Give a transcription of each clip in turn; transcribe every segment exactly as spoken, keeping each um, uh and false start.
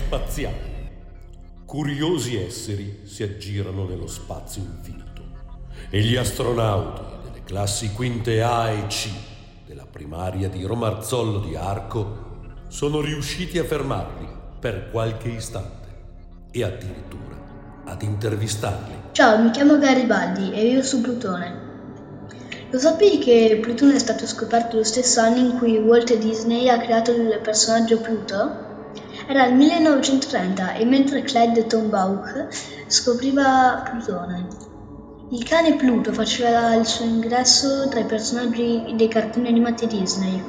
spaziale. Curiosi esseri si aggirano nello spazio infinito e gli astronauti delle classi quinte A e C della primaria di Romarzollo di Arco sono riusciti a fermarli per qualche istante e addirittura ad intervistarli. Ciao, mi chiamo Garibaldi e vivo su Plutone. Lo sapevi che Plutone è stato scoperto lo stesso anno in cui Walt Disney ha creato il personaggio Pluto? Era il millenovecentotrenta e mentre Clyde Tombaugh scopriva Plutone. Il cane Pluto faceva il suo ingresso tra i personaggi dei cartoni animati Disney.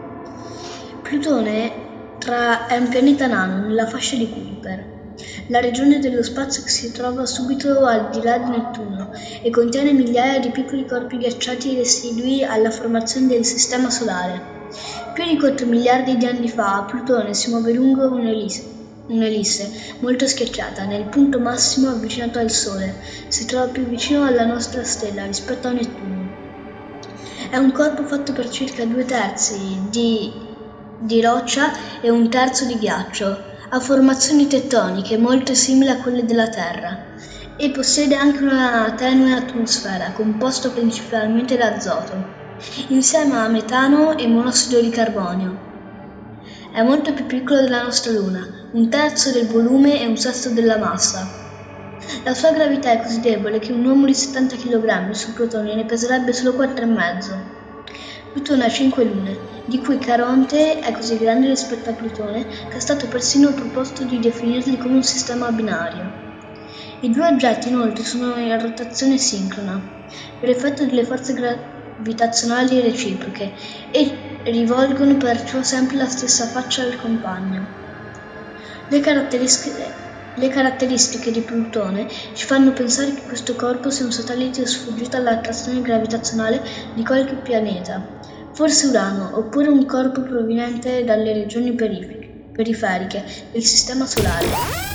Plutone tra- è un pianeta nano nella fascia di Kuiper, la regione dello spazio che si trova subito al di là di Nettuno e contiene migliaia di piccoli corpi ghiacciati residui alla formazione del Sistema Solare. Più di quattro miliardi di anni fa, Plutone si muove lungo un'ellisse, un'ellisse molto schiacciata. Nel punto massimo avvicinato al Sole, si trova più vicino alla nostra stella rispetto a Nettuno. È un corpo fatto per circa due terzi di, di roccia e un terzo di ghiaccio. Ha formazioni tettoniche molto simili a quelle della Terra e possiede anche una tenue atmosfera composta principalmente da azoto, insieme a metano e monossido di carbonio. È molto più piccolo della nostra Luna, un terzo del volume e un sesto della massa. La sua gravità è così debole che un uomo di settanta chilogrammi su Plutone ne peserebbe solo quattro e mezzo. Plutone ha cinque lune, di cui Caronte è così grande rispetto a Plutone che è stato persino proposto di definirli come un sistema binario. I due oggetti inoltre sono in rotazione sincrona, per effetto delle forze gravitazionali reciproche, e rivolgono perciò sempre la stessa faccia al compagno. Le caratteristiche, le caratteristiche di Plutone ci fanno pensare che questo corpo sia un satellite sfuggito all'attrazione gravitazionale di qualche pianeta, forse Urano, oppure un corpo proveniente dalle regioni perif- periferiche del Sistema Solare.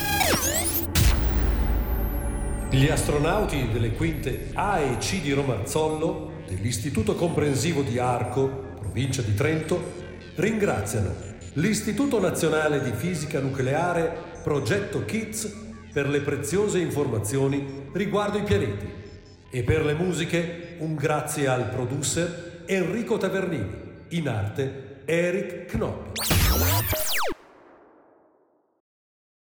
Gli astronauti delle quinte A e C di Romarzollo, dell'Istituto Comprensivo di Arco, provincia di Trento, ringraziano l'Istituto Nazionale di Fisica Nucleare Progetto Kids per le preziose informazioni riguardo i pianeti e per le musiche un grazie al producer Enrico Tavernini, in arte Eric Knoppi.